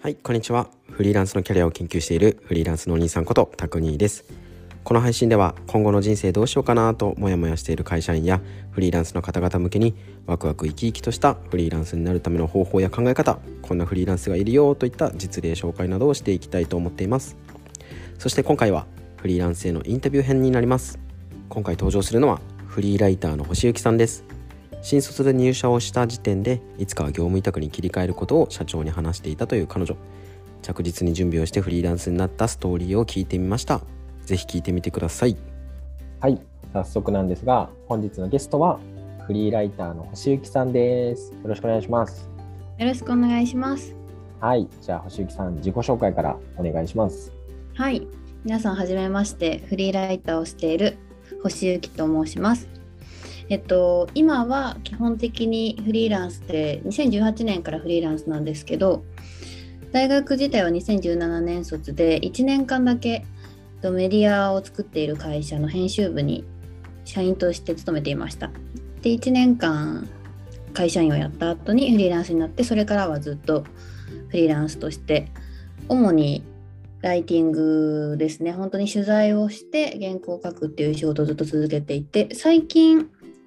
はい、こんにちは。フリーランスのキャリアを研究しているフリーランスのお兄さんことタクニーです。この配信では今後の人生どうしようかなとモヤモヤしている会社員やフリーランスの方々向けにワクワク生き生きとしたフリーランスになるための方法や考え方、こんなフリーランスがいるよといった実例紹介などをしていきたいと思っています。そして今回はフリーランスへのインタビュー編になります。今回登場するのはフリーライターの星幸さんです。新卒で入社をした時点でいつかは業務委託に切り替えることを社長に話していたという彼女。着実に準備をしてフリーランスになったストーリーを聞いてみました。ぜひ聞いてみてください。 はい、早速なんですが、本日のゲストはフリーライターの星幸さんです。よろしくお願いします。 よろしくお願いします。 はい、じゃあ星幸さん、自己紹介からお願いします。 はい、皆さんはじめまして。フリーライターをしている星幸と申します。今は基本的にフリーランスで2018年からフリーランスなんですけど、大学自体は2017年卒で1年間だけメディアを作っている会社の編集部に社員として勤めていました。で、1年間会社員をやった後にフリーランスになって、それからはずっとフリーランスとして主にライティングですね。本当に取材をして原稿を書くっていう仕事をずっと続けていて、最近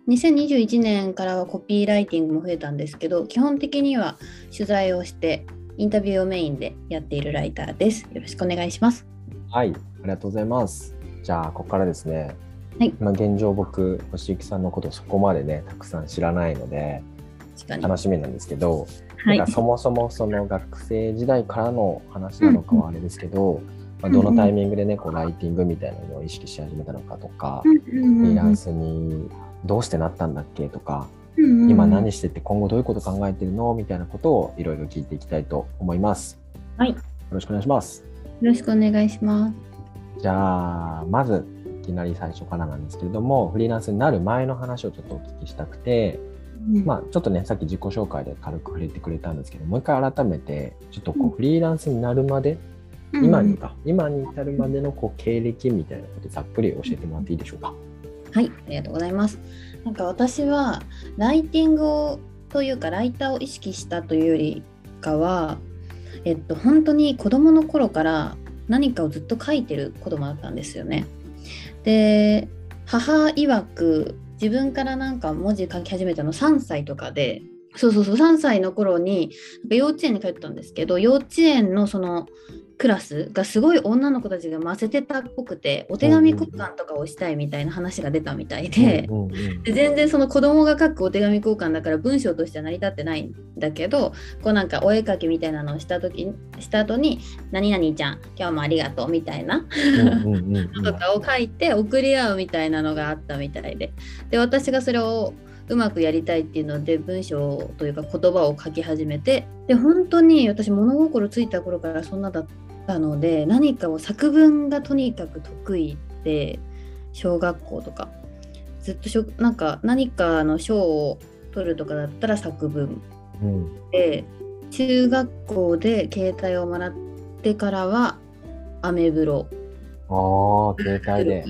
2021年からはコピーライティングも増えたんですけど、基本的には取材をしてインタビューをメインでやっているライターです。よろしくお願いします。 はい、ありがとうございます。じゃあここからですね、 はい、 今現状僕星幸さんのことをそこまでねたくさん知らないので楽しみなんですけど、 はい、 なんかそもそもその学生時代からの話なのかはあれですけど、どのタイミングでねこうライティングみたいなのを意識し始めたのかとか、フリーランスにどうしてなったんだっけとか、今何してて今後どういうこと考えてるのみたいなことをいろいろ聞いていきたいと思います。 はい、よろしくお願いします。 よろしくお願いします。 じゃあまずいきなり最初からなんですけれども、フリーランスになる前の話をちょっとお聞きしたくて、ちょっとねさっき自己紹介で軽く触れてくれたんですけど、もう一回改めてちょっとこうフリーランスになるまで、今に至るまでのこう経歴みたいなことざっくり教えてもらっていいでしょうか。 はい、ありがとうございます。なんか私はライティングをというかライターを意識したというよりかは、本当に子供の頃から何かをずっと書いてる子供だったんですよね。で、母曰く自分からなんか文字書き始めたの3歳とかで、3歳の頃に幼稚園に通ってたんですけど、幼稚園のそのクラスがすごい女の子たちが混ぜてたっぽくて、お手紙交換とかをしたいみたいな話が出たみたいで、全然その子供が書くお手紙交換だから文章としては成り立ってないんだけど、こうなんかお絵描きみたいなのをした後に何々ちゃん今日もありがとうみたいなとかを書いて送り合うみたいなのがあったみたいで、私がそれをうまくやりたいっていうので文章というか言葉を書き始めて、で本当に私物心ついた頃からそんなだったので、何かを作文がとにかく得意で、小学校とかずっとなんか何かの賞を取るとかだったら作文、で中学校で携帯をもらってからはアメブロ、 携帯で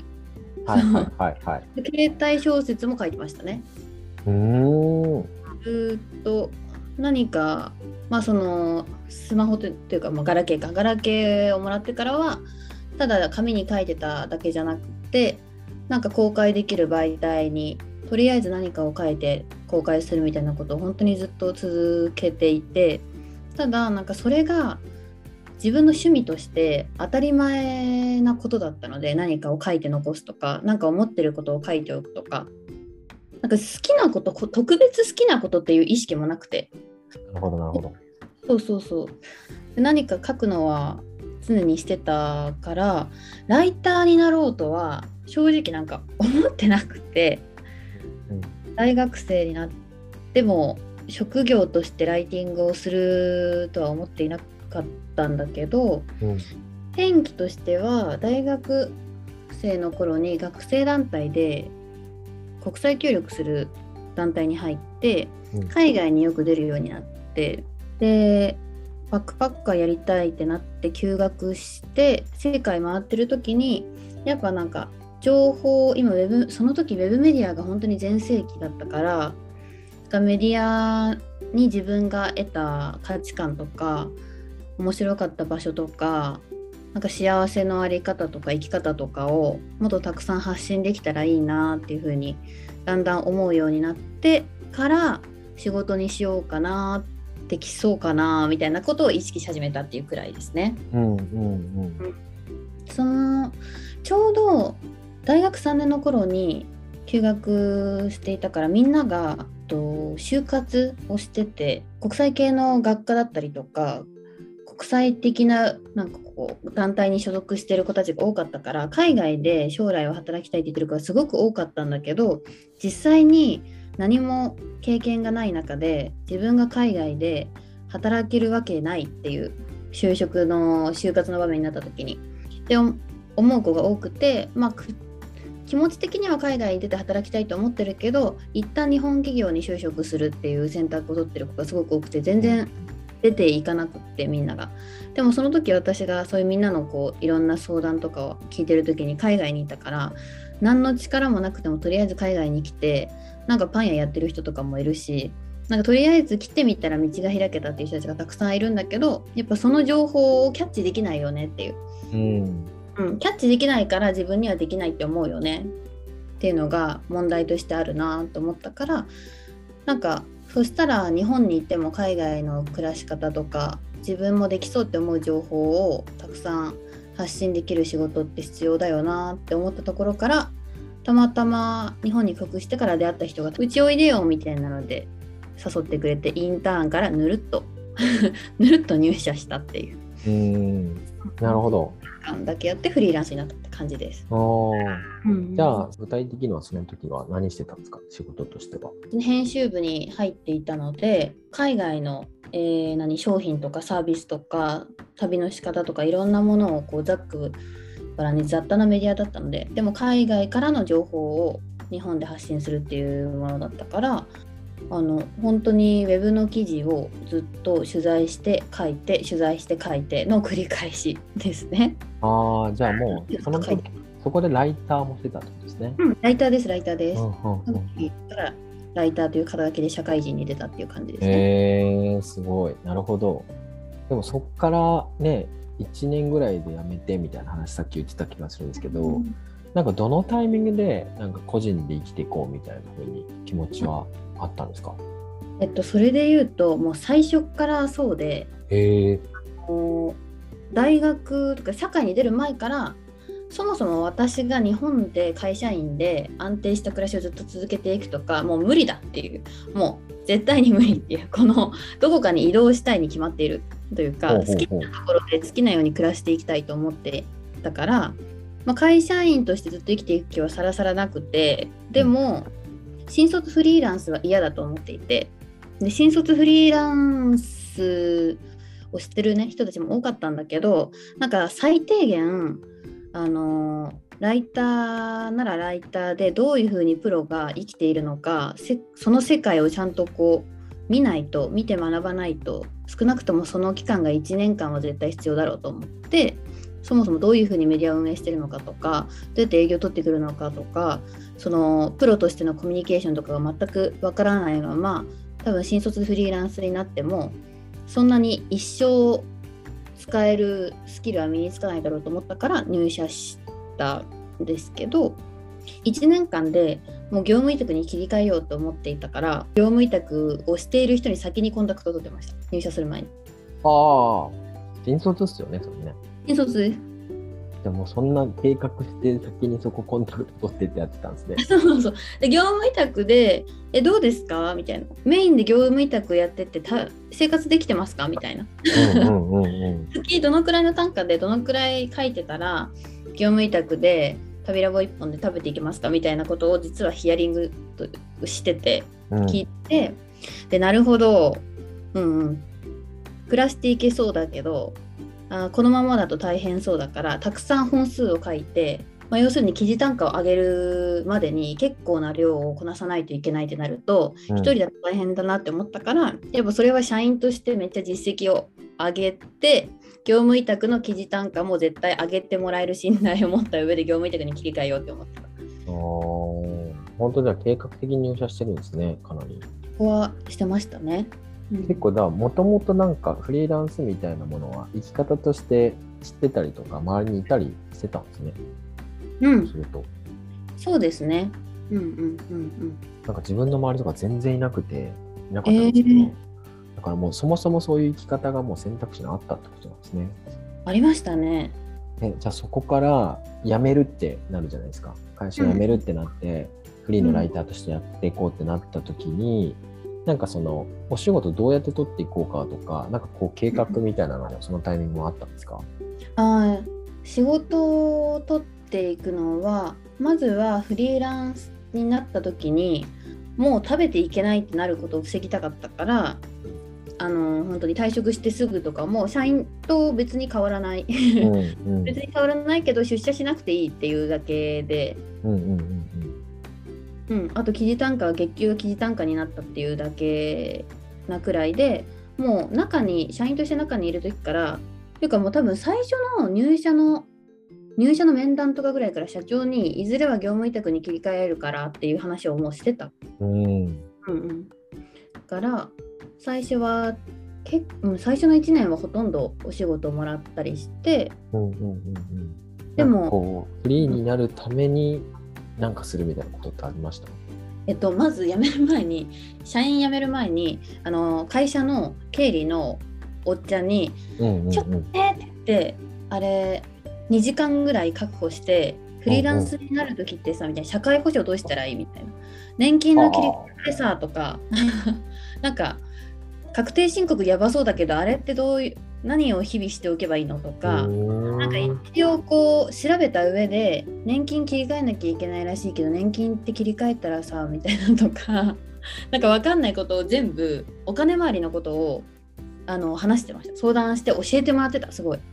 携帯小説も書いてましたね。ずっと何か、そのスマホというか、ガラケーをもらってからはただ紙に書いてただけじゃなくて、なんか公開できる媒体にとりあえず何かを書いて公開するみたいなことを本当にずっと続けていて、ただなんかそれが自分の趣味として当たり前なことだったので、何かを書いて残すとか、なんか思ってることを書いておくとか、なんか好きなこと、特別好きなことっていう意識もなくて。 なるほど。 で、何か書くのは常にしてたから、ライターになろうとは正直なんか思ってなくて、大学生になっても職業としてライティングをするとは思っていなかったんだけど、転機としては大学生の頃に学生団体で国際協力する団体に入って、海外によく出るようになって、でバックパッカーやりたいってなって休学して世界回ってる時に、やっぱなんか情報、今その時ウェブメディアが本当に全盛期だったから、メディアに自分が得た価値観とか面白かった場所とか、なんか幸せのあり方とか生き方とかをもっとたくさん発信できたらいいなっていうふうにだんだん思うようになってから仕事にしようかな、できそうかなみたいなことを意識し始めたっていうくらいですね。そのちょうど大学3年の頃に休学していたから、みんなが就活をしてて、国際系の学科だったりとか国際的ななんかこう団体に所属している子たちが多かったから、海外で将来は働きたいって言ってる子がすごく多かったんだけど、実際に何も経験がない中で自分が海外で働けるわけないっていう就活の場面になった時にで思う子が多くて、気持ち的には海外に出て働きたいと思ってるけど、一旦日本企業に就職するっていう選択を取ってる子がすごく多くて、全然出ていかなくって、みんなが。でもその時私がそういうみんなのこういろんな相談とかを聞いてる時に海外にいたから、何の力もなくてもとりあえず海外に来て、なんかパン屋やってる人とかもいるし、なんかとりあえず来てみたら道が開けたっていう人たちがたくさんいるんだけど、やっぱその情報をキャッチできないよねっていう、キャッチできないから自分にはできないって思うよねっていうのが問題としてあるなと思ったから、なんかそしたら日本に行っても海外の暮らし方とか自分もできそうって思う情報をたくさん発信できる仕事って必要だよなって思ったところから、たまたま日本に帰国してから出会った人がうちおいでよみたいなので誘ってくれて、インターンからぬるっと入社したっていう。 なるほど。 だけやってフリーランスになったって感じです。 じゃあ具体的にはその時は何してたんですか、仕事としては。 編集部に入っていたので、海外の、商品とかサービスとか旅の仕方とかいろんなものをこうざっくばらに雑多なメディアだったので、でも海外からの情報を日本で発信するっていうものだったから、本当にウェブの記事をずっと取材して書いて取材して書いての繰り返しですね。 じゃあもうそこでライターもしてたってことですね。 ライターです。ライターという肩書きで社会人に出たっていう感じですね。 すごい。なるほど。でもそこからね、1年ぐらいで辞めてみたいな話さっき言ってた気がするんですけど、なんかどのタイミングでなんか個人で生きていこうみたいな風に気持ちはあったんですか？ それで言うともう最初からそうで、大学とか社会に出る前からそもそも私が日本で会社員で安定した暮らしをずっと続けていくとかもう無理だっていう、もう絶対に無理っていう、このどこかに移動したいに決まっているというか、好きなところで好きなように暮らしていきたいと思ってたから、会社員としてずっと生きていく気はさらさらなくて、でも新卒フリーランスは嫌だと思っていて、で新卒フリーランスを知ってる、人たちも多かったんだけど、なんか最低限ライターならライターでどういうふうにプロが生きているのか、その世界をちゃんとこう見て学ばないと、少なくともその期間が1年間は絶対必要だろうと思って、そもそもどういうふうにメディアを運営してるのかとか、どうやって営業を取ってくるのかとか、そのプロとしてのコミュニケーションとかが全くわからないまま、多分新卒フリーランスになってもそんなに一生使えるスキルは身につかないだろうと思ったから入社したんですけど、1年間でもう業務委託に切り替えようと思っていたから、業務委託をしている人に先にコンタクトを取ってました、入社する前に。 新卒っすよね、それね。 新卒です。 でもそんな計画して先にそこコンタクト取ってってやってたんですね。 そうで業務委託でどうですかみたいな、メインで業務委託やってて生活できてますかみたいな、月どのくらいの単価でどのくらい書いてたら業務委託で旅ラボ1本で食べていけますかみたいなことを実はヒアリングしてて、聞いて、でなるほど、暮らしていけそうだけどこのままだと大変そうだから、たくさん本数を書いて、要するに記事単価を上げるまでに結構な量をこなさないといけないってなると、一人だと大変だなって思ったから、やっぱそれは社員としてめっちゃ実績を上げて、業務委託の記事単価も絶対上げてもらえる信頼を持った上で業務委託に切り替えようって思ってた。 本当じゃ計画的に入社してるんですね、かなり。 ここはしてましたね。 結構もともとなんかフリーランスみたいなものは生き方として知ってたりとか周りにいたりしてたんですね。するとそうですね。 なんか自分の周りとか全然いなかったんですけど、だからもうそもそもそういう生き方がもう選択肢にあったってことなんですね。 ありましたね。 じゃあそこから辞めるってなるじゃないですか。会社辞めるってなって、フリーのライターとしてやっていこうってなった時に、なんかそのお仕事どうやって取っていこうかとか、なんかこう計画みたいなのもそのタイミングもあったんですか？ 仕事を取っていくのは、まずはフリーランスになった時にもう食べていけないってなることを防ぎたかったから、本当に退職してすぐとかも社員と別に変わらない別に変わらないけど出社しなくていいっていうだけで、あと記事単価は月給が記事単価になったっていうだけなくらいで、もう社員として中にいる時からというか、もう多分最初の入社の面談とかぐらいから社長にいずれは業務委託に切り替えるからっていう話をもうしてた。だから最初の1年はほとんどお仕事をもらったりして、でもこうフリーになるために何かするみたいなことってありました？ まず社員辞める前に会社の経理のおっちゃんにちょっとって言ってあれ2時間ぐらい確保してフリーランスになるときってさみたいな、社会保障どうしたらいいみたいな、年金の切り替えさとかなんか確定申告やばそうだけどあれって何を日々しておけばいいのとか、なんか一応こう調べた上で年金切り替えなきゃいけないらしいけど年金って切り替えたらさみたいなとかなんか分かんないことを全部お金回りのことを話してました。相談して教えてもらってた。すごい。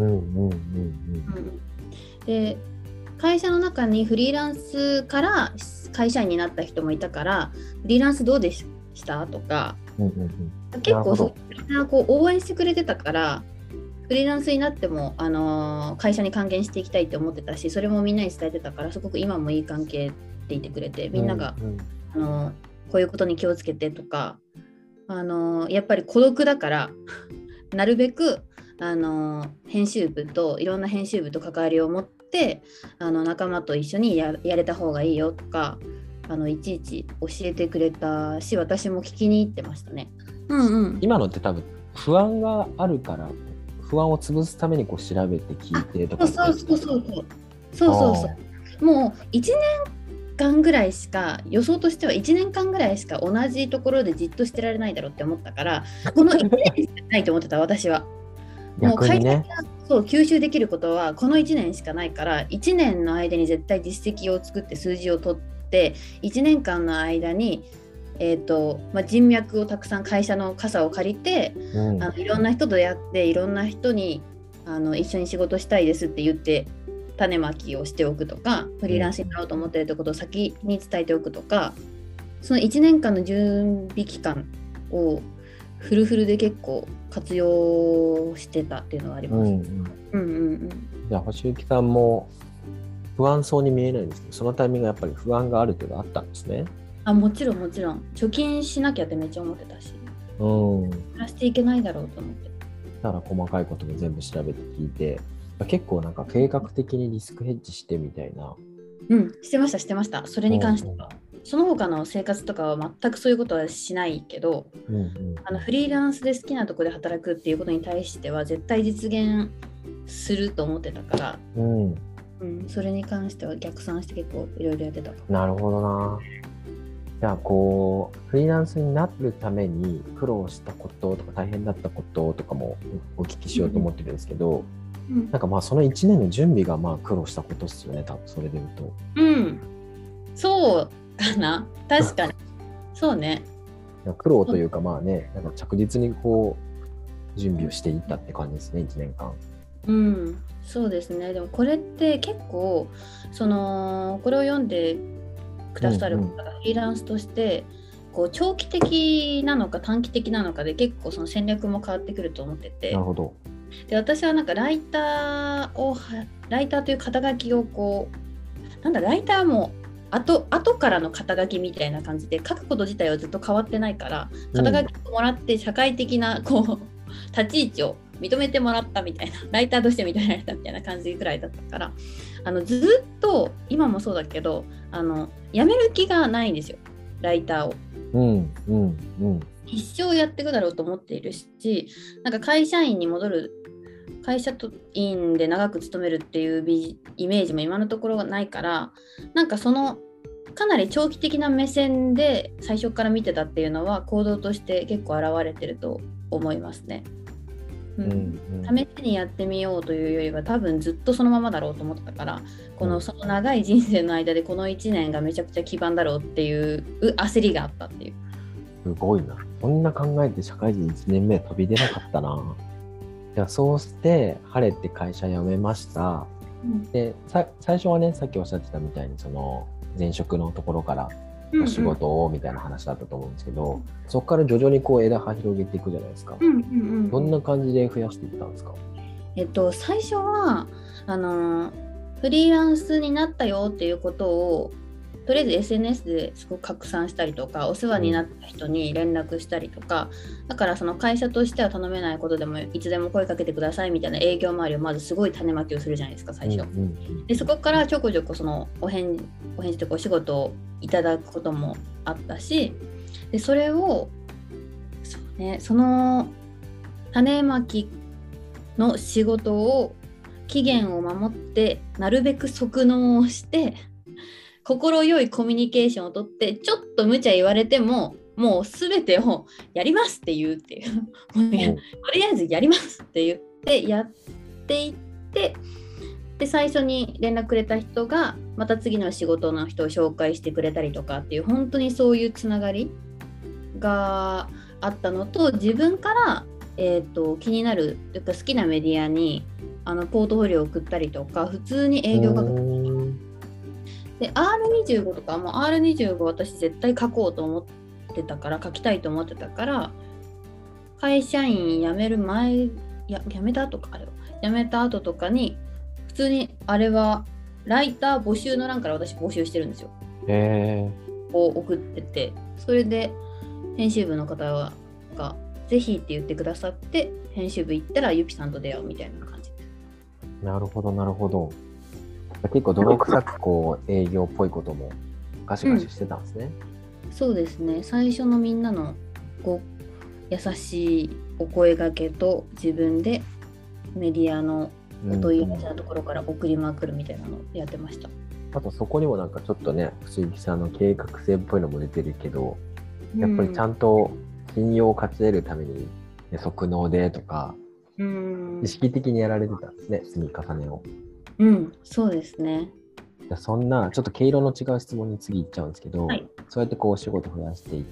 で会社の中にフリーランスから会社員になった人もいたから、フリーランスどうでしたとか、結構みんなこう応援してくれてたから、フリーランスになっても、会社に還元していきたいって思ってたし、それもみんなに伝えてたから、すごく今もいい関係っていてくれて、みんなが、こういうことに気をつけてとか、やっぱり孤独だからなるべく編集部といろんな編集部と関わりを持って仲間と一緒にやれた方がいいよとかいちいち教えてくれたし、私も聞きに行ってましたね。 今のって多分不安があるから不安を潰すためにこう調べて聞いてとか。 そうもう1年間ぐらいしか、予想としては1年間ぐらいしか同じところでじっとしてられないだろうって思ったから、この1年しかないと思ってた私は。もう会社が吸収できることはこの1年しかないから、1年の間に絶対実績を作って数字を取って1年間の間に、人脈をたくさん会社の傘を借りて、いろんな人とやっていろんな人に一緒に仕事したいですって言って種まきをしておくとか、フリーランスになろうと思っているってことを先に伝えておくとか、その1年間の準備期間をフルフルで結構活用してたっていうのはあります。 じゃあ星幸さんも不安そうに見えないんですけど、そのタイミングがやっぱり不安がある程度あったんですね。 もちろん貯金しなきゃってめっちゃ思ってたし、暮らしていけないだろうと思って、 だから細かいことも全部調べて聞いて、結構なんか計画的にリスクヘッジしてみたいな。 してました。それに関しては、その他の生活とかは全くそういうことはしないけど、フリーランスで好きなところで働くっていうことに対しては絶対実現すると思ってたから、それに関しては逆算して結構いろいろやってた。 なるほどな。じゃあこうフリーランスになるために苦労したこととか大変だったこととかもお聞きしようと思ってるんですけど、なんかその1年の準備が苦労したことですよね、多分それで言うと。 そうかな、確かにそうね。 苦労というかなんか着実にこう準備をしていったって感じですね、1年間。 そうですね。でもこれって結構これを読んでくださる方がフリーランスとしてこう長期的なのか短期的なのかで結構その戦略も変わってくると思ってて。 なるほど。 で私はなんかライターという肩書きをライターも後からの肩書きみたいな感じで書くこと自体はずっと変わってないから、肩書きをもらって社会的なこう立ち位置を認めてもらったみたいな、ライターとして認められたみたいな感じぐらいだったから、ずっと今もそうだけど辞める気がないんですよ、ライターを。一生やっていくだろうと思っているし、なんか会社員に戻る、会社員で長く勤めるっていうイメージも今のところがないから、なんかそのかなり長期的な目線で最初から見てたっていうのは行動として結構現れてると思いますね。試しにやってみようというよりは多分ずっとそのままだろうと思ってたから、その長い人生の間でこの1年がめちゃくちゃ基盤だろうっていう焦りがあったっていう。 すごいな。そんな考えて社会人1年目飛び出なかったな。じゃあそうして晴れて会社辞めました。で最初はね、さっきおっしゃってたみたいにその前職のところからお仕事をみたいな話だったと思うんですけど、そこから徐々にこう枝葉広げていくじゃないですか。どんな感じで増やしていったんですか？ 最初はフリーランスになったよっていうことをとりあえず SNS ですごく拡散したりとか、お世話になった人に連絡したりとか、だからその会社としては頼めないことでもいつでも声かけてくださいみたいな営業周りをまずすごい種まきをするじゃないですか、最初。でそこからちょこちょこそのお返事というかお仕事をいただくこともあったし、でそれをその種まきの仕事を期限を守ってなるべく即納をして心よいコミュニケーションをとって、ちょっと無茶言われてももう全てをやりますって言うっていうとりあえずやりますって言ってやっていって、で最初に連絡くれた人がまた次の仕事の人を紹介してくれたりとかっていう、本当にそういうつながりがあったのと、自分から、気になるというか好きなメディアにポートフォリオを送ったりとか、普通に営業がで R25 とかも R25 私絶対書こうと思ってたから、書きたいと思ってたから、会社員辞める前、辞めた後とかに普通にあれはライター募集の欄から私募集してるんですよ。を送ってて、それで編集部の方がぜひって言ってくださって、編集部行ったらゆぴさんと出会うみたいな感じで。 なるほどなるほど。結構泥臭くこう営業っぽいこともガシガシしてたんですね。 そうですね。最初のみんなの優しいお声掛けと、自分でメディアのお問い合わせのところから送りまくるみたいなのをやってました。 あとそこにもなんかちょっとね、不思議さの計画性っぽいのも出てるけど、やっぱりちゃんと信用を勝ち得るために、即納でとか、意識的にやられてたんですね、積み重ねを。 そうですね。 そんなちょっと毛色の違う質問に次行っちゃうんですけど、そうやってこうお仕事増やしていって、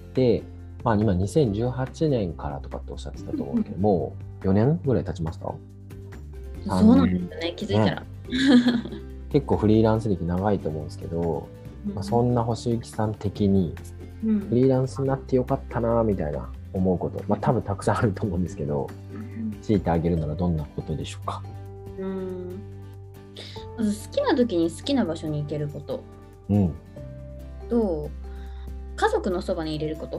今2018年からとかっておっしゃってたと思うけど、もう4年ぐらい経ちました？ そうなんですね、気づいたら。 結構フリーランス歴長いと思うんですけど、そんな星幸さん的にフリーランスになってよかったなみたいな思うこと、多分たくさんあると思うんですけど、強いてあげるならどんなことでしょうか？ まず好きな時に好きな場所に行けること、と家族のそばに入れること、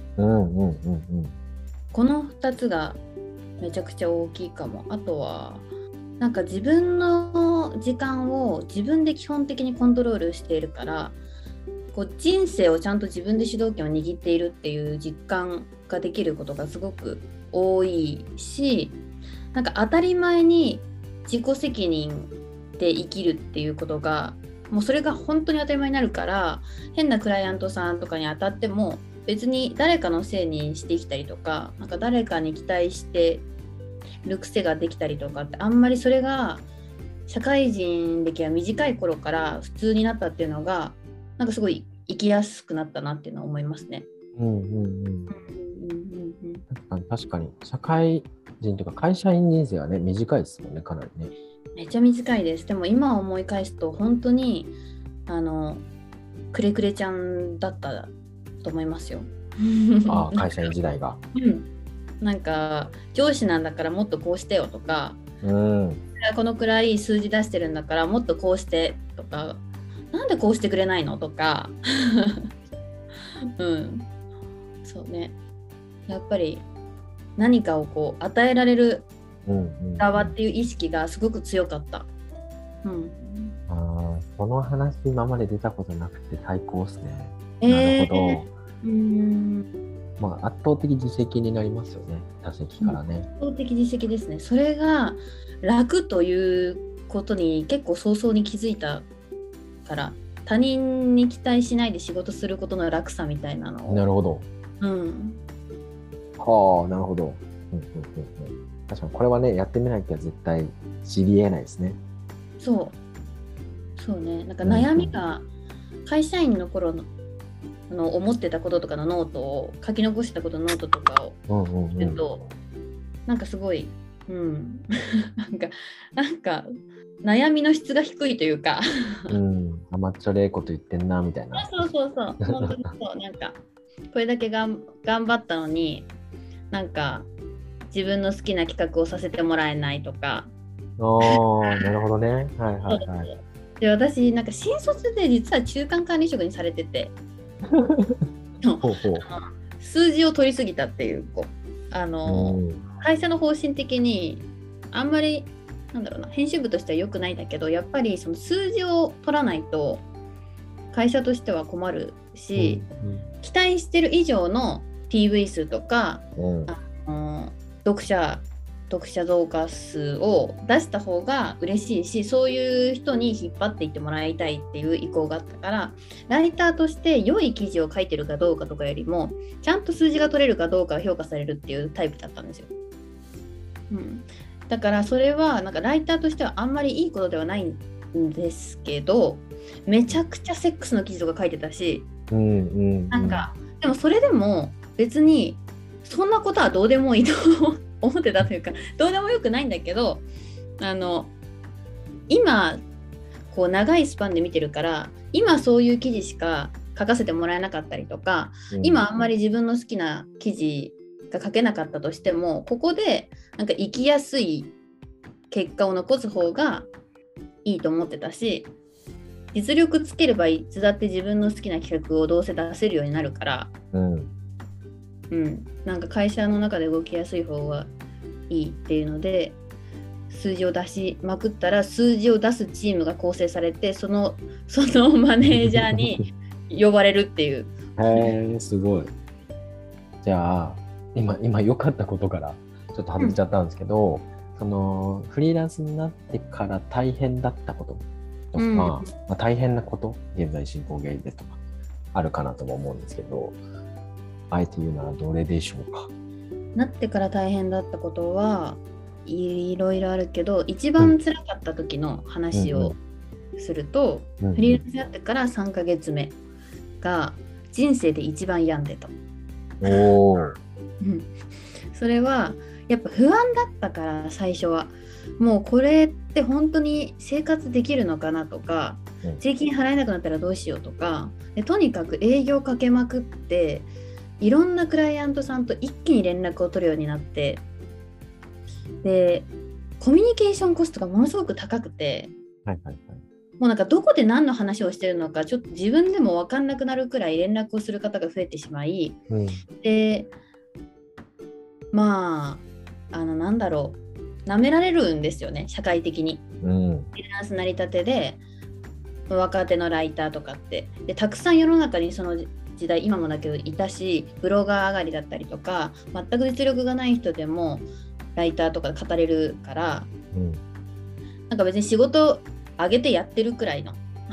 この2つがめちゃくちゃ大きいかも。あとはなんか自分の時間を自分で基本的にコントロールしているから、こう人生をちゃんと自分で主導権を握っているっていう実感ができることがすごく多いし、なんか当たり前に自己責任で生きるっていうことが、もうそれが本当に当たり前になるから、変なクライアントさんとかに当たっても別に誰かのせいにしてきたりとか、なんか誰かに期待してる癖ができたりとかって、あんまりそれが社会人歴が短い頃から普通になったっていうのが、なんかすごい生きやすくなったなっていうのは思いますね。 確かに社会人とか会社員人生はね、短いですもんね、かなりね。 めっちゃ短いです。でも今思い返すと本当にくれくれちゃんだったと思いますよ。 会社員時代が。 なんか上司なんだからもっとこうしてよとか、このくらい数字出してるんだからもっとこうしてとか、 なんでこうしてくれないのとかそうね、やっぱり何かをこう与えられる側っていう意識がすごく強かった。 この話今まで出たことなくて最高ですね。なるほど。圧倒的自責になりますよね、他責からね。 圧倒的自責ですね。それが楽ということに結構早々に気づいたから、他人に期待しないで仕事することの楽さみたいなのを。 なるほど。はあ、なるほど。確かにこれはね、やってみなきゃ絶対知り得ないですね。 そうね、なんか悩みが会社員の頃の思ってたこととかのノートを書き残したことのノートとかを見ると、なんかすごい、なんか悩みの質が低いというか甘っちょれえこと言ってんなみたいな。 そう本当にそう、なんかこれだけ頑張ったのになんか自分の好きな企画をさせてもらえないとか。 なるほどね。 で、私なんか新卒で実は中間管理職にされてて数字を取りすぎたっていう会社の方針的にあんまり編集部としては良くないんだけど、やっぱりその数字を取らないと会社としては困るし、期待してる以上の PV 数とか、読者増加数を出した方が嬉しいし、そういう人に引っ張っていってもらいたいっていう意向があったから、ライターとして良い記事を書いてるかどうかとかよりもちゃんと数字が取れるかどうかが評価されるっていうタイプだったんですよ。だからそれはなんかライターとしてはあんまりいいことではないんですけど、めちゃくちゃセックスの記事とか書いてたし、なんかでもそれでも別にそんなことはどうでもいいと思ってたというか、どうでもよくないんだけど、今こう長いスパンで見てるから、今そういう記事しか書かせてもらえなかったりとか、今あんまり自分の好きな記事が書けなかったとしても、ここでなんか生きやすい結果を残す方がいいと思ってたし、実力つければいつだって自分の好きな企画をどうせ出せるようになるから、なんか会社の中で動きやすい方がいいっていうので、数字を出しまくったら数字を出すチームが構成されて、そのマネージャーに呼ばれるっていう。 すごい。じゃあ今良かったことからちょっと外れちゃったんですけど、そのフリーランスになってから大変だったこととか、大変なこと、現在進行形でとかあるかなとも思うんですけど、あえて言うならどれでしょうか。 なってから大変だったことはいろいろあるけど、一番辛かった時の話をすると、フリーランスになってから3ヶ月目が人生で一番病んでた。それはやっぱ不安だったから、最初はもうこれって本当に生活できるのかなとか、税金払えなくなったらどうしようとかで、とにかく営業かけまくって、いろんなクライアントさんと一気に連絡を取るようになって、でコミュニケーションコストがものすごく高くて、もうなんかどこで何の話をしてるのかちょっと自分でも分かんなくなるくらい連絡をする方が増えてしまい、で舐められるんですよね、社会的に。フリーランス成り立てで若手のライターとかってでたくさん世の中にその時代今もだけどいたし、ブロガー上がりだったりとか、全く実力がない人でもライターとか語れるから、なんか別に仕事上げてやってるくらいの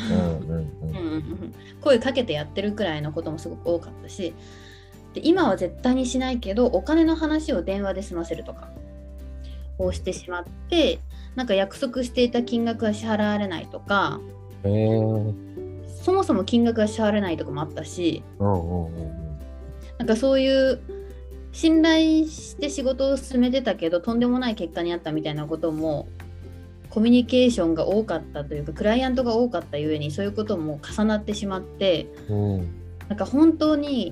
声かけてやってるくらいのこともすごく多かったし、で今は絶対にしないけどお金の話を電話で済ませるとかをしてしまって、なんか約束していた金額は支払われないとか、そもそも金額が支払われないとかもあったし、なんかそういう信頼して仕事を進めてたけどとんでもない結果にあったみたいなことも、コミュニケーションが多かったというかクライアントが多かったゆえにそういうことも重なってしまって、なんか本当に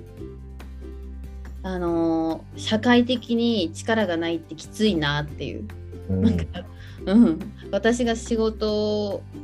社会的に力がないってきついなっていう、私が仕事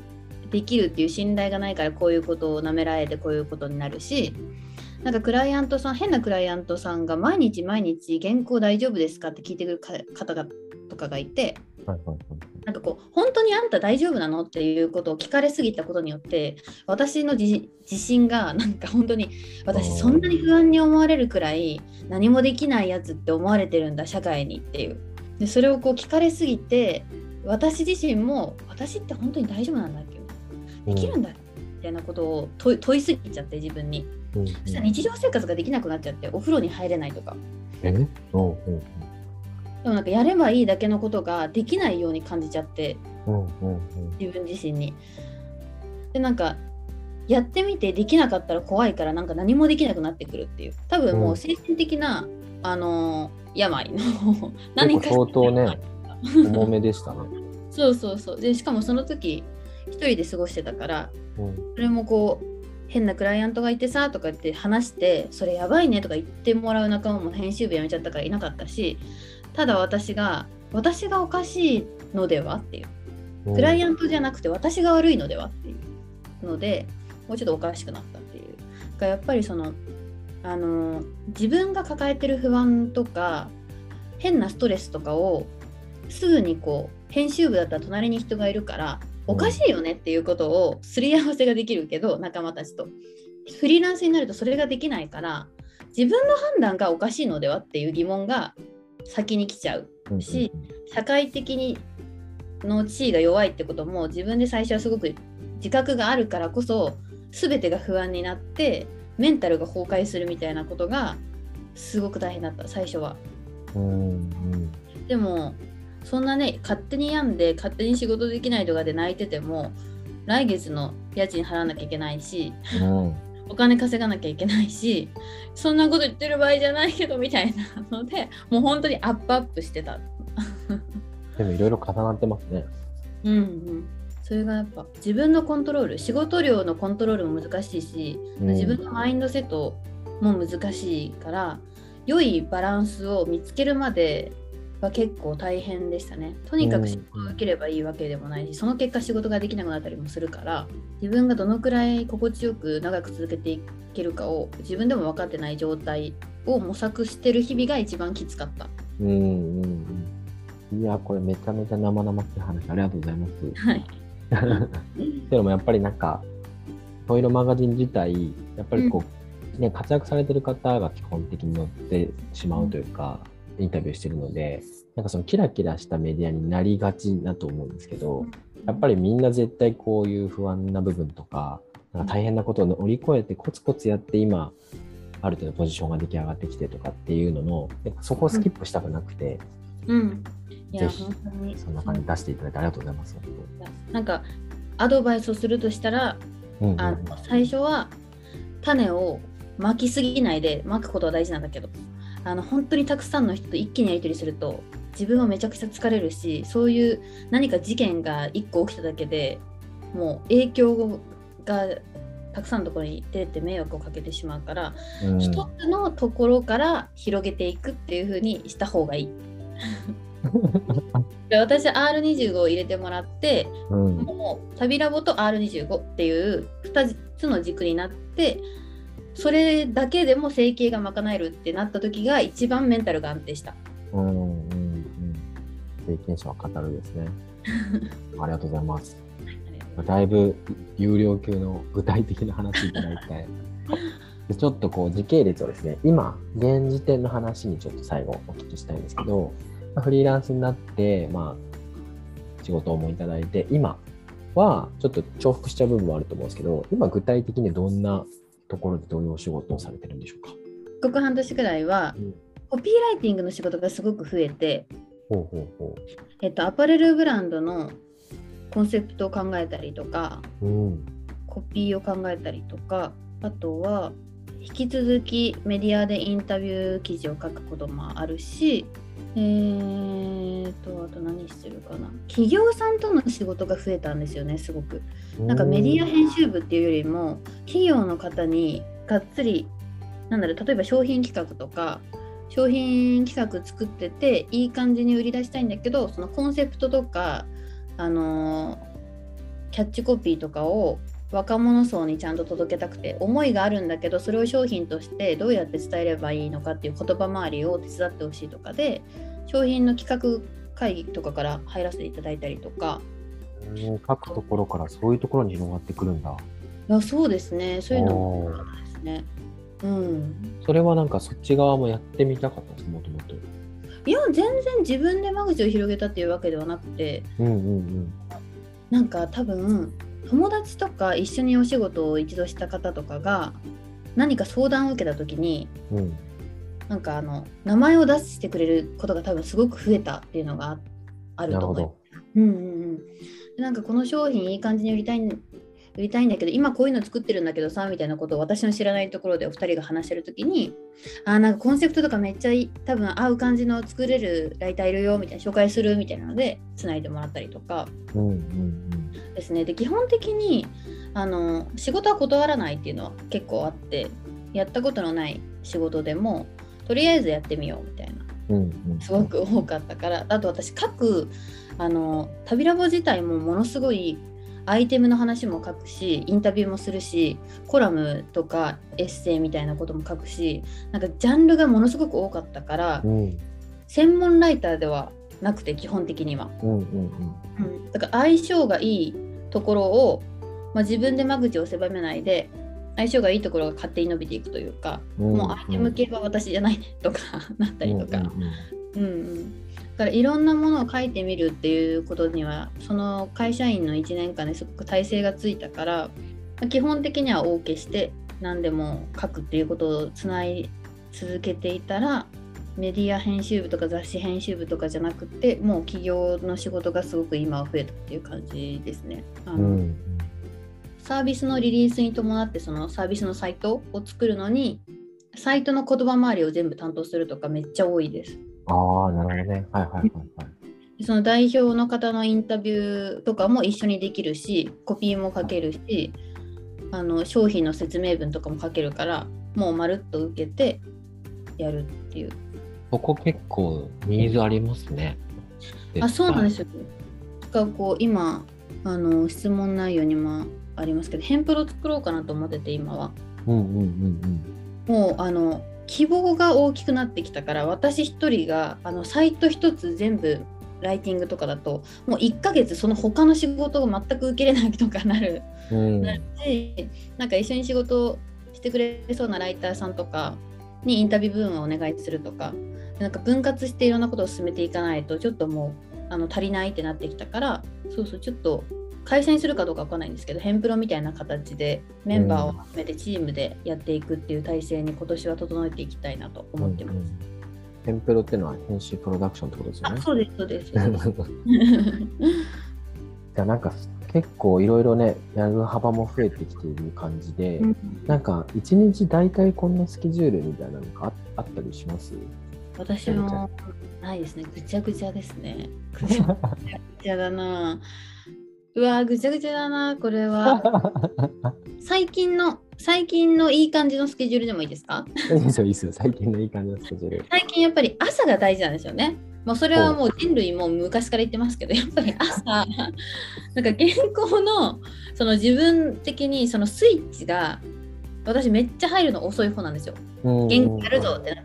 できるっていう信頼がないからこういうことをなめられてこういうことになるし、なんかクライアントさん、変なクライアントさんが毎日原稿大丈夫ですかって聞いてくる方がとかがいて、なんかこう本当にあんた大丈夫なのっていうことを聞かれすぎたことによって私の自信がなんか本当に私そんなに不安に思われるくらい何もできないやつって思われてるんだ社会にっていう。でそれをこう聞かれすぎて私自身も私って本当に大丈夫なんだっけ、できるんだみたいなことを問いすぎちゃって自分に、そしたら日常生活ができなくなっちゃってお風呂に入れないとか、でもなんかやればいいだけのことができないように感じちゃって、自分自身に。でなんかやってみてできなかったら怖いからなんか何もできなくなってくるっていう、多分もう精神的な、病の何か相当ね重めでしたね。 そうでしかもその時一人で過ごしてたから、それもこう変なクライアントがいてさとかって話してそれやばいねとか言ってもらう仲間も編集部辞めちゃったからいなかったし、ただ私がおかしいのではっていう、クライアントじゃなくて私が悪いのではっていうのでもうちょっとおかしくなったっていうが、やっぱりその自分が抱えてる不安とか変なストレスとかをすぐにこう編集部だったら隣に人がいるからおかしいよねっていうことをすり合わせができるけど、仲間たちとフリーランスになるとそれができないから自分の判断がおかしいのではっていう疑問が先に来ちゃうし、社会的にの地位が弱いってことも自分で最初はすごく自覚があるからこそ全てが不安になってメンタルが崩壊するみたいなことがすごく大変だった最初は。でもそんなね勝手に病んで勝手に仕事できないとかで泣いてても来月の家賃払わなきゃいけないし、お金稼がなきゃいけないし、そんなこと言ってる場合じゃないけどみたいなのでもう本当にアップしてた。 でもいろいろ重なってますね。 それがやっぱ自分のコントロール、仕事量のコントロールも難しいし、自分のマインドセットも難しいから良いバランスを見つけるまでは結構大変でしたね。とにかく仕事を受ければいいわけでもないし、その結果仕事ができなくなったりもするから、自分がどのくらい心地よく長く続けていけるかを自分でも分かってない状態を模索してる日々が一番きつかった。 いやこれめちゃめちゃ生々しい話ありがとうございます。 はい。 でもやっぱりなんかトイロマガジン自体やっぱりこう、活躍されてる方が基本的に載ってしまうというか、インタビューしてるので、なんかそのキラキラしたメディアになりがちだと思うんですけど、やっぱりみんな絶対こういう不安な部分とか、なんか大変なことを乗り越えてコツコツやって今ある程度ポジションが出来上がってきてとかっていうのの、そこをスキップしたくなくて、 いやぜひそんな感じ出していただいてありがとうございます。 なんかアドバイスをするとしたら、最初は種をまきすぎないで、まくことは大事なんだけど、本当にたくさんの人と一気にやり取りすると自分はめちゃくちゃ疲れるし、そういう何か事件が1個起きただけでもう影響がたくさんのところに出て迷惑をかけてしまうから、一つのところから広げていくっていう風にした方がいい。で私 R25 を入れてもらって、もう旅ラボと R25 っていう2つの軸になって、それだけでも生計が賄えるってなった時が一番メンタルが安定した。 経験者は語るですね。ありがとうございます。だいぶ有料級の具体的な話いただいてでちょっとこう時系列をですね、今現時点の話にちょっと最後お聞きしたいんですけど、フリーランスになって、仕事をもいただいて、今はちょっと重複しちゃう部分もあると思うんですけど、今具体的にどんなところでどういうお仕事をされてるんでしょうか？ ここ半年くらいは、コピーライティングの仕事がすごく増えて、アパレルブランドのコンセプトを考えたりとか、コピーを考えたりとか、あとは引き続きメディアでインタビュー記事を書くこともあるし、あと何してるかな、企業さんとの仕事が増えたんですよね。すごくなんかメディア編集部っていうよりも企業の方にがっつり例えば商品企画とか、商品企画作ってていい感じに売り出したいんだけど、そのコンセプトとかキャッチコピーとかを若者層にちゃんと届けたくて、思いがあるんだけどそれを商品としてどうやって伝えればいいのかっていう言葉周りを手伝ってほしいとかで、商品の企画会議とかから入らせていただいたりとか。 書くところからそういうところに広がってくるんだ。 いや、そうですね、そういうのも多かったですね。 それはなんかそっち側もやってみたかったんです、もともと。 いや、全然自分で間口を広げたっていうわけではなくて、なんか多分友達とか一緒にお仕事を一度した方とかが何か相談を受けた時に、なんか名前を出してくれることが多分すごく増えたっていうのがあると思います。なんかこの商品いい感じに売りたいんだけど、今こういうの作ってるんだけどさみたいなことを私の知らないところでお二人が話してるときに、なんかコンセプトとかめっちゃ多分合う感じの作れるライターいるよみたいな、紹介するみたいなのでつないでもらったりとかですね。で、基本的に仕事は断らないっていうのは結構あって、やったことのない仕事でもとりあえずやってみようみたいな、すごく多かったから。あと私書く旅ラボ自体もものすごいアイテムの話も書くし、インタビューもするし、コラムとかエッセイみたいなことも書くし、なんかジャンルがものすごく多かったから、専門ライターではなくて基本的には、だから相性がいいところを、自分で間口を狭めないで相性がいいところが勝手に伸びていくというか、もうアイテム系は私じゃないねとかなったりとか、だからいろんなものを書いてみるっていうことには、その会社員の1年間ですごく耐性がついたから、基本的には大消して何でも書くっていうことをつない続けていたら、メディア編集部とか雑誌編集部とかじゃなくて、もう企業の仕事がすごく今は増えたっていう感じですね。サービスのリリースに伴って、そのサービスのサイトを作るのにサイトの言葉周りを全部担当するとかめっちゃ多いです。 なるほどね。 その代表の方のインタビューとかも一緒にできるし、コピーも書けるし、商品の説明文とかも書けるから、もうまるっと受けてやるっていう。 そこ結構ニーズありますね。 そうなんですよ。今質問内容にもありますけど、ヘンプロ作ろうかなと思ってて、今は。もう希望が大きくなってきたから、私一人がサイト一つ全部ライティングとかだともう1ヶ月その他の仕事を全く受けれないとかなるし、なんか一緒に仕事してくれそうなライターさんとかにインタビュー文をお願いするとか、なんか分割していろんなことを進めていかないとちょっともう足りないってなってきたから、ちょっと会社にするかどうかわからないんですけど、ヘンプロみたいな形でメンバーを集めてチームでやっていくっていう体制に今年は整えていきたいなと思ってます。 ヘンプロっていうのは編集プロダクションってことですよね。 そうです。じゃあなんか結構いろいろね、やる幅も増えてきている感じで、なんか一日大体こんなスケジュールみたいなのがあったりします？ 私もないですね。ぐちゃぐちゃですね。ぐちゃぐちゃだな。うわ、ぐちゃぐちゃだな、これは。最近のいい感じのスケジュールでもいいですか？ いいですよ。最近のいい感じのスケジュール。 最近やっぱり朝が大事なんですよね。それはもう人類も昔から言ってますけど、やっぱり朝、なんか原稿のその自分的にそのスイッチが、私めっちゃ入るの遅い方なんですよ。原稿やるぞってなって、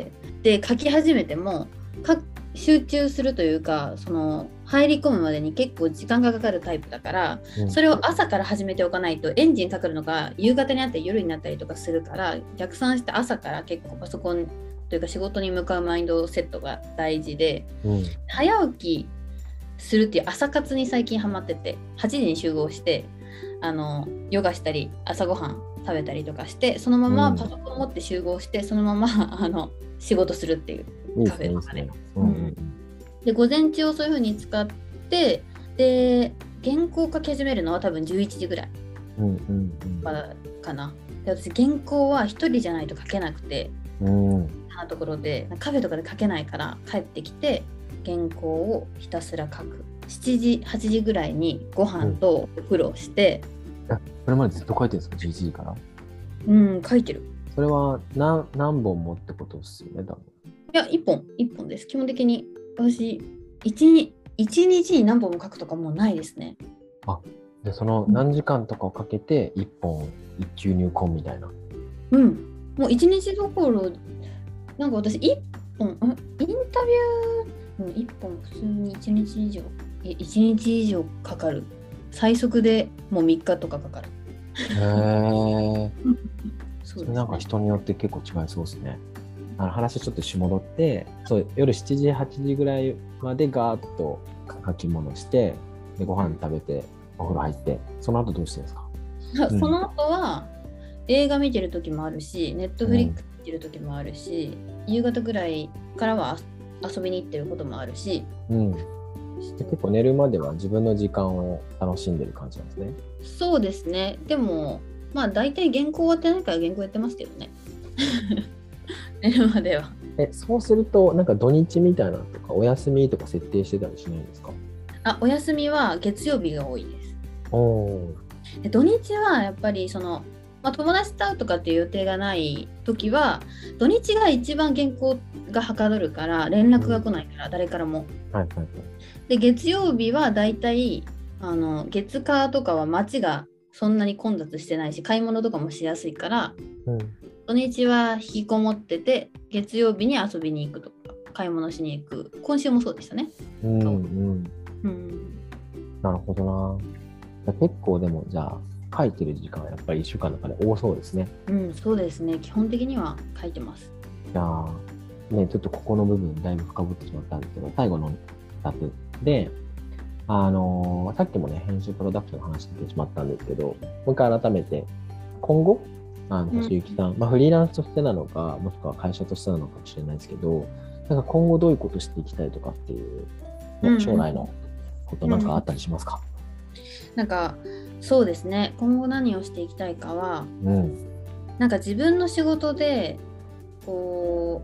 で書き始めても集中するというか、その入り込むまでに結構時間がかかるタイプだから、それを朝から始めておかないとエンジンかかるのが夕方になって夜になったりとかするから、逆算して朝から結構パソコンというか仕事に向かうマインドセットが大事で、早起きするっていう朝活に最近ハマってて、8時に集合してヨガしたり朝ごはん食べたりとかして、そのままパソコンを持って集合して、そのまま仕事するっていうカフェとかね。で午前中をそういう風に使って、で原稿書き始めるのは多分11時ぐらいかな。で私原稿は一人じゃないと書けなくて、なところでカフェとかで書けないから、帰ってきて原稿をひたすら書く。7時8時ぐらいにご飯とお風呂して、 それまでずっと書いてるんですか？11時から。 書いてる。 それは何本もってことですよね、多分。 いや、1本です。基本的に私1日に何本も書くとかもうないですね。 で、その何時間とかをかけて1本一級入魂みたいな。 うん。もう1日どころ、なんか私1本、インタビュー1本普通に1日以上かかる。最速でもう3日とかかかる。 へー。 そそれなんか人によって結構違いそうですね。話ちょっと戻って、そう夜7時8時ぐらいまでガーッと書き物して、でご飯食べてお風呂入って、その後どうしてるんですか？ その後は映画見てる時もあるし、ネットフリックス見てる時もあるし、夕方ぐらいからは遊びに行ってることもあるし、 で結構寝るまでは自分の時間を楽しんでる感じなんですね。 そうですね。でもまあ大体原稿終わってないから原稿やってますけどね。寝るまでは。 そうするとなんか土日みたいなのとかお休みとか設定してたりしないんですか？ お休みは月曜日が多いです。 おで土日はやっぱり友達と会うとかっていう予定がない時は土日が一番原稿がはかどるから連絡が来ないから、誰からも。で月曜日はだいたい月火とかは街がそんなに混雑してないし買い物とかもしやすいから、土日は引きこもってて月曜日に遊びに行くとか買い物しに行く。今週もそうでしたね。 なるほどな。結構でもじゃあ書いてる時間はやっぱり1週間の中で多そうですね。 そうですね。基本的には書いてます。 じゃあね、ちょっとここの部分だいぶ深掘ってしまったんですけど、最後の2つで、さっきもね、編集プロダクションの話してしまったんですけど、もう一回改めて、今後、星幸さん、フリーランスとしてなのか、もしくは会社としてなのかもしれないですけど、なんか今後どういうことしていきたいとかっていう、将来のことなんかあったりしますか？ なんかそうですね。今後何をしていきたいかは、なんか自分の仕事でフ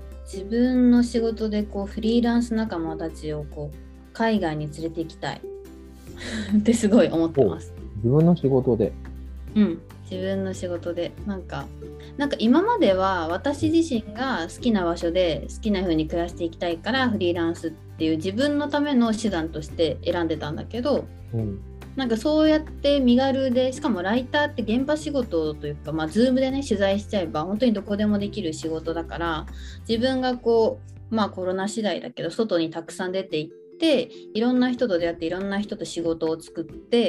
リーランス仲間たちを海外に連れて行きたいってすごい思ってます。 自分の仕事で。 自分の仕事でなんか今までは私自身が好きな場所で好きな風に暮らしていきたいからフリーランスっていう自分のための手段として選んでたんだけど、なんかそうやって身軽で、しかもライターって現場仕事というか、ズームでね取材しちゃえば本当にどこでもできる仕事だから、自分がコロナ次第だけど外にたくさん出ていっていろんな人と出会っていろんな人と仕事を作って、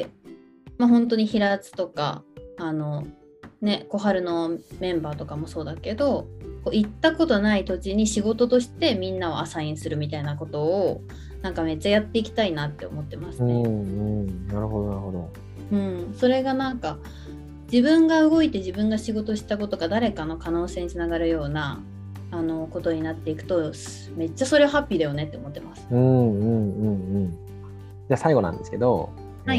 本当に平津とか小春のメンバーとかもそうだけど、行ったことない土地に仕事としてみんなをアサインするみたいなことをなんかめっちゃやっていきたいなって思ってますね。 なるほどなるほど。 それがなんか自分が動いて自分が仕事したことが誰かの可能性につながるようなことになっていくとめっちゃそれハッピーだよねって思ってます。 じゃあ最後なんですけど、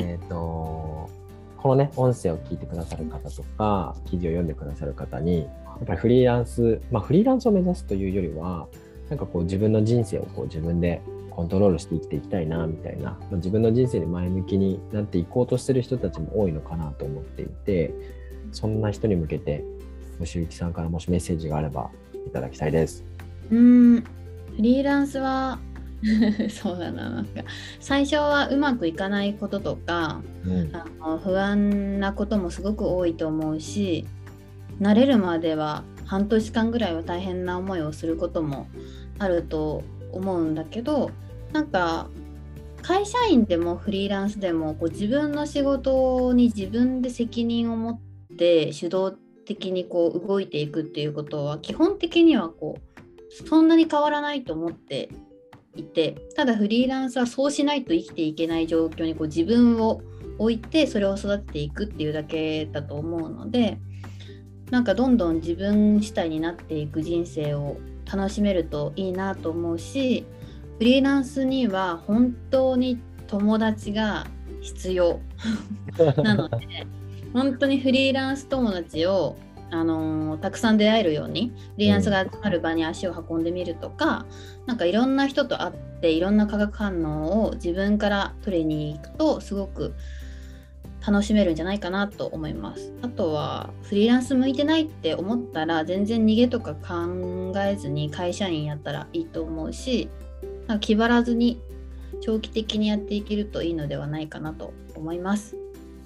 このね音声を聞いてくださる方とか記事を読んでくださる方にやっぱりフリーランスを目指すというよりはなんか自分の人生を自分でコントロールして生きていきたいなみたいな、自分の人生に前向きになっていこうとしてる人たちも多いのかなと思っていて、そんな人に向けて星幸さんからもしメッセージがあればいただきたいです。 フリーランスはそうだな、なんか最初はうまくいかないこととか、不安なこともすごく多いと思うし、慣れるまでは半年間ぐらいは大変な思いをすることもあると思うんだけど、なんか会社員でもフリーランスでも自分の仕事に自分で責任を持って主導的に動いていくっていうことは基本的にはそんなに変わらないと思っていて、ただフリーランスはそうしないと生きていけない状況に自分を置いてそれを育てていくっていうだけだと思うので、なんかどんどん自分主体になっていく人生を楽しめるといいなと思うし、フリーランスには本当に友達が必要なので本当にフリーランス友達をたくさん出会えるようにフリーランスが集まる場に足を運んでみるとか、なんかいろんな人と会っていろんな化学反応を自分から取りに行くとすごく楽しめるんじゃないかなと思います。あとはフリーランス向いてないって思ったら全然逃げとか考えずに会社員やったらいいと思うし、なんか気張らずに長期的にやっていけるといいのではないかなと思います。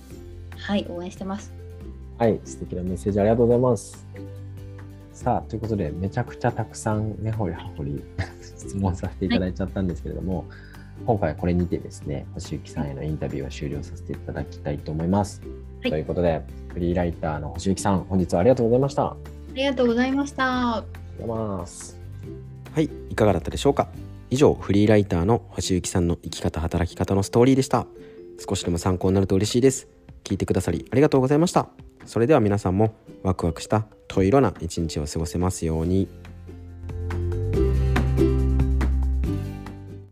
はい、応援してます。 はい、素敵なメッセージありがとうございます。さあ、ということで、めちゃくちゃたくさん根掘り葉掘り質問させていただいちゃったんですけれども、今回はこれにてですね、星幸さんへのインタビューを終了させていただきたいと思います。ということで、フリーライターの星幸さん、本日はありがとうございました。 ありがとうございました。 ありがとうございます。 はい、いかがだったでしょうか。以上、フリーライターの星幸さんの生き方働き方のストーリーでした。少しでも参考になると嬉しいです。聞いてくださりありがとうございました。それでは皆さんもワクワクしたといろな一日を過ごせますように。